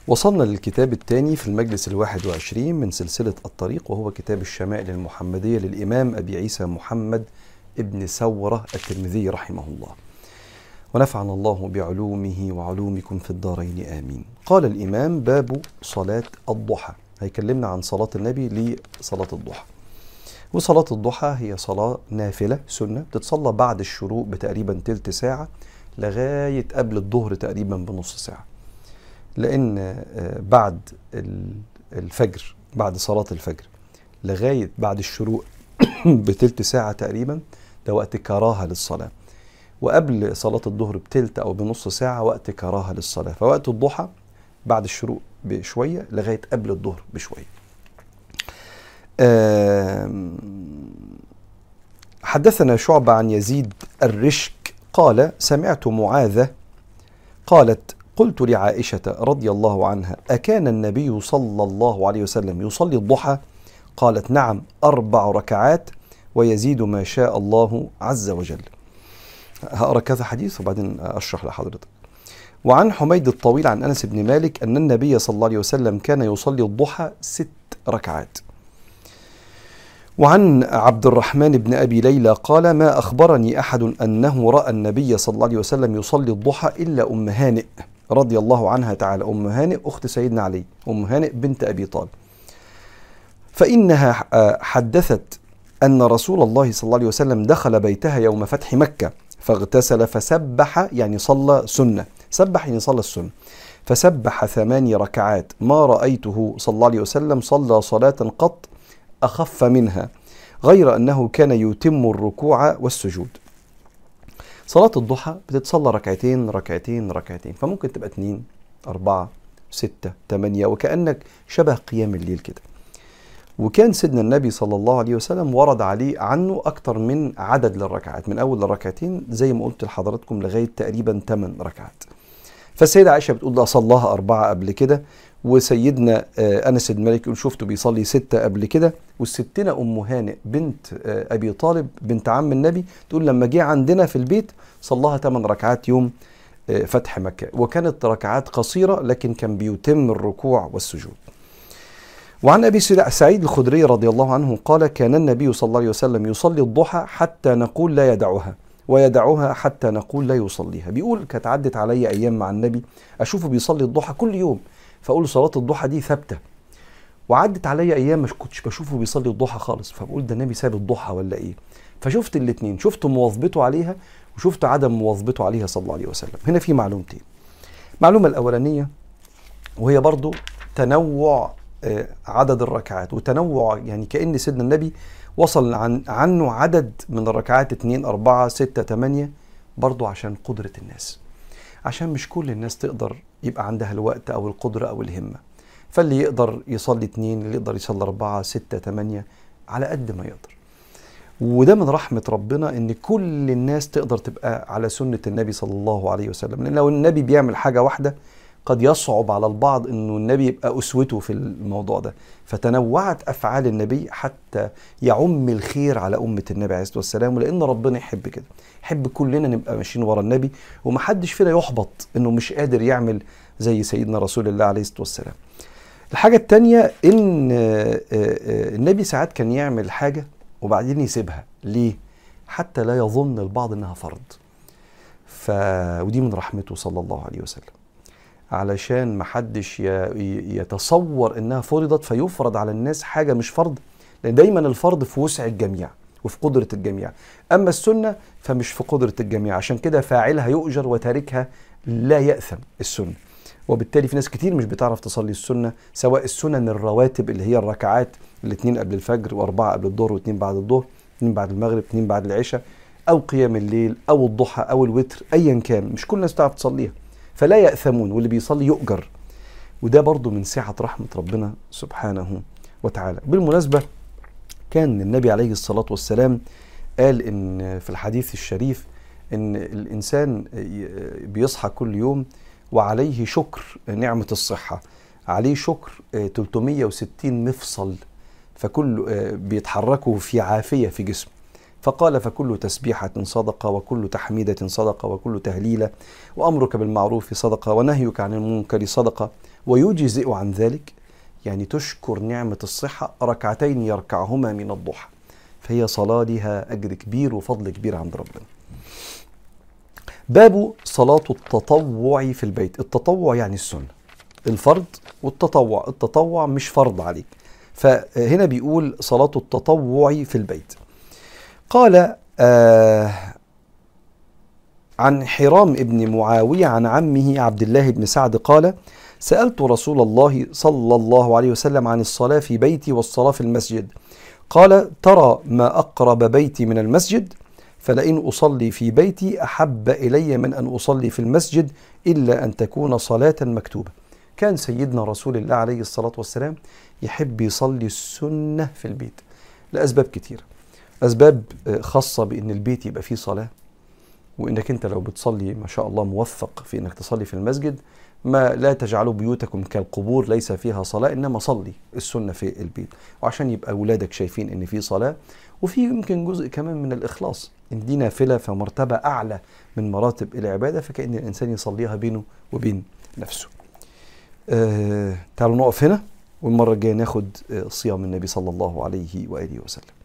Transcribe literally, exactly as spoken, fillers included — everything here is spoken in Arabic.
وصلنا للكتاب الثاني في المجلس الواحد وعشرين من سلسلة الطريق، وهو كتاب الشمائل المحمدية للإمام أبي عيسى محمد ابن ثورة الترمذي رحمه الله، ونفعنا الله بعلومه وعلومكم في الدارين آمين. قال الإمام: باب صلاة الضحى. هيكلمنا عن صلاة النبي لصلاة الضحى. وصلاة الضحى هي صلاة نافلة سنة بتتصلى بعد الشروق بتقريبا تلت ساعة لغاية قبل الظهر تقريبا بنص ساعة، لأن بعد الفجر، بعد صلاة الفجر لغاية بعد الشروق بتلت ساعة تقريبا ده وقت كراهة للصلاة، وقبل صلاة الظهر بتلت أو بنص ساعة وقت كراهة للصلاة. فوقت الضحى بعد الشروق بشوية لغاية قبل الظهر بشوية. حدثنا شعبة عن يزيد الرشك قال: سمعت معاذة قالت: قلت لعائشة رضي الله عنها: أكان النبي صلى الله عليه وسلم يصلي الضحى؟ قالت: نعم، أربع ركعات ويزيد ما شاء الله عز وجل. هقرأ كذا حديث وبعدين أشرح لحضرتك. وعن حميد الطويل عن أنس بن مالك أن النبي صلى الله عليه وسلم كان يصلي الضحى ست ركعات. وعن عبد الرحمن بن أبي ليلى قال: ما أخبرني أحد أنه رأى النبي صلى الله عليه وسلم يصلي الضحى إلا أم هانئ رضي الله عنها تعالى. أم هانئ أخت سيدنا علي، أم هانئ بنت أبي طالب، فإنها حدثت أن رسول الله صلى الله عليه وسلم دخل بيتها يوم فتح مكة فاغتسل فسبح، يعني صلى سنة، سبح يعني صلى السنة، فسبح ثماني ركعات ما رأيته صلى الله عليه وسلم صلى صلاة قط أخف منها، غير أنه كان يتم الركوع والسجود. صلاة الضحى بتتصلى ركعتين ركعتين ركعتين، فممكن تبقى اتنين أربعة ستة تمانية، وكأنك شبه قيام الليل كده. وكان سيدنا النبي صلى الله عليه وسلم ورد عليه عنه أكتر من عدد للركعات، من أول الركعتين زي ما قلت لحضراتكم لغاية تقريبا ثمان ركعات. فالسيدة عائشة بتقول ده صلاها أربعة قبل كده، وسيدنا أنس بن مالك يقول شفته بيصلي ستة قبل كده، والستنا أم هانئ بنت أبي طالب بنت عم النبي تقول لما جه عندنا في البيت صلاها ثمان ركعات يوم فتح مكة، وكانت ركعات قصيرة لكن كان بيتم الركوع والسجود. وعن أبي سعيد الخدري رضي الله عنه قال: كان النبي صلى الله عليه وسلم يصلي الضحى حتى نقول لا يدعها، ويدعوها حتى نقول لا يصليها. بيقول كانت عدت علي أيام مع النبي أشوفه بيصلي الضحى كل يوم، فأقول صلاة الضحى دي ثابتة، وعدت علي أيام مش كنتش بشوفه بيصلي الضحى خالص، فبقول ده النبي ساب الضحى ولا إيه؟ فشفت الاثنين، شفت مواظبته عليها وشفت عدم مواظبته عليها صلى الله عليه وسلم. هنا في معلومتين. معلومة الأولانية وهي برضو تنوع عدد الركعات، وتنوع يعني كأن سيدنا النبي وصل عن عنه عدد من الركعات اتنين أربعة ستة تمانية، برضو عشان قدرة الناس، عشان مش كل الناس تقدر يبقى عندها الوقت أو القدرة أو الهمة، فاللي يقدر يصلي اتنين، اللي يقدر يصلي أربعة ستة تمانية على قد ما يقدر. وده من رحمة ربنا إن كل الناس تقدر تبقى على سنة النبي صلى الله عليه وسلم، لأن لو النبي بيعمل حاجة واحدة قد يصعب على البعض إنه النبي يبقى أسوته في الموضوع ده، فتنوعت أفعال النبي حتى يعم الخير على أمة النبي عليه الصلاة والسلام، ولأن ربنا يحب كده، يحب كلنا نبقى ماشيين ورا النبي، ومحدش فينا يحبط إنه مش قادر يعمل زي سيدنا رسول الله عليه الصلاة والسلام. الحاجة التانية إن النبي ساعات كان يعمل حاجة وبعدين يسيبها، ليه؟ حتى لا يظن البعض إنها فرض. ف... ودي من رحمته صلى الله عليه وسلم، علشان محدش يتصور انها فرضت فيفرض على الناس حاجة مش فرض، لان دايما الفرض في وسع الجميع وفي قدرة الجميع، اما السنة فمش في قدرة الجميع، عشان كده فاعلها يؤجر وتاركها لا يأثم السنة. وبالتالي في ناس كتير مش بتعرف تصلي السنة، سواء السنن الرواتب اللي هي الركعات الاثنين قبل الفجر واربعة قبل الظهر واثنين بعد الظهر، اثنين بعد المغرب اثنين بعد العشاء، او قيام الليل او الضحى او الوتر، ايا كان مش كل الناس بتعرف تصليها، فلا يأثمون، واللي بيصلي يؤجر. وده برضو من سعة رحمة ربنا سبحانه وتعالى. بالمناسبة كان النبي عليه الصلاة والسلام قال إن في الحديث الشريف إن الإنسان بيصحى كل يوم وعليه شكر نعمة الصحة، عليه شكر ثلاثمائة وستين مفصل، فكل بيتحركوا في عافية في جسمه. فقال: فكل تسبيحة صدقة، وكل تحميدة صدقة، وكل تهليلة، وأمرك بالمعروف صدقة، ونهيك عن المنكر صدقة، ويجزئ عن ذلك، يعني تشكر نعمة الصحة، ركعتين يركعهما من الضحى، فهي صلاة لها أجر كبير وفضل كبير عند ربنا. باب صلاة التطوع في البيت. التطوع يعني السنة، الفرض والتطوع. التطوع مش فرض عليك، فهنا بيقول صلاة التطوع في البيت. قال آه عن حرام ابن معاوية عن عمه عبد الله بن سعد قال: سألت رسول الله صلى الله عليه وسلم عن الصلاة في بيتي والصلاة في المسجد، قال: ترى ما أقرب بيتي من المسجد، فلئن أصلي في بيتي أحب إلي من أن أصلي في المسجد إلا أن تكون صلاة مكتوبة. كان سيدنا رسول الله عليه الصلاة والسلام يحب يصلي السنة في البيت لأسباب كتير. أسباب خاصة بأن البيت يبقى فيه صلاة، وإنك أنت لو بتصلي ما شاء الله موفق في إنك تصلي في المسجد، ما لا تجعلوا بيوتكم كالقبور ليس فيها صلاة، إنما صلي السنة في البيت، وعشان يبقى أولادك شايفين إن في صلاة. وفي يمكن جزء كمان من الإخلاص، إن دي نافلة فمرتبة أعلى من مراتب العبادة، فكأن الإنسان يصليها بينه وبين نفسه. آه تعالوا نقف هنا، والمرة الجاية ناخد صيام النبي صلى الله عليه وآله وسلم.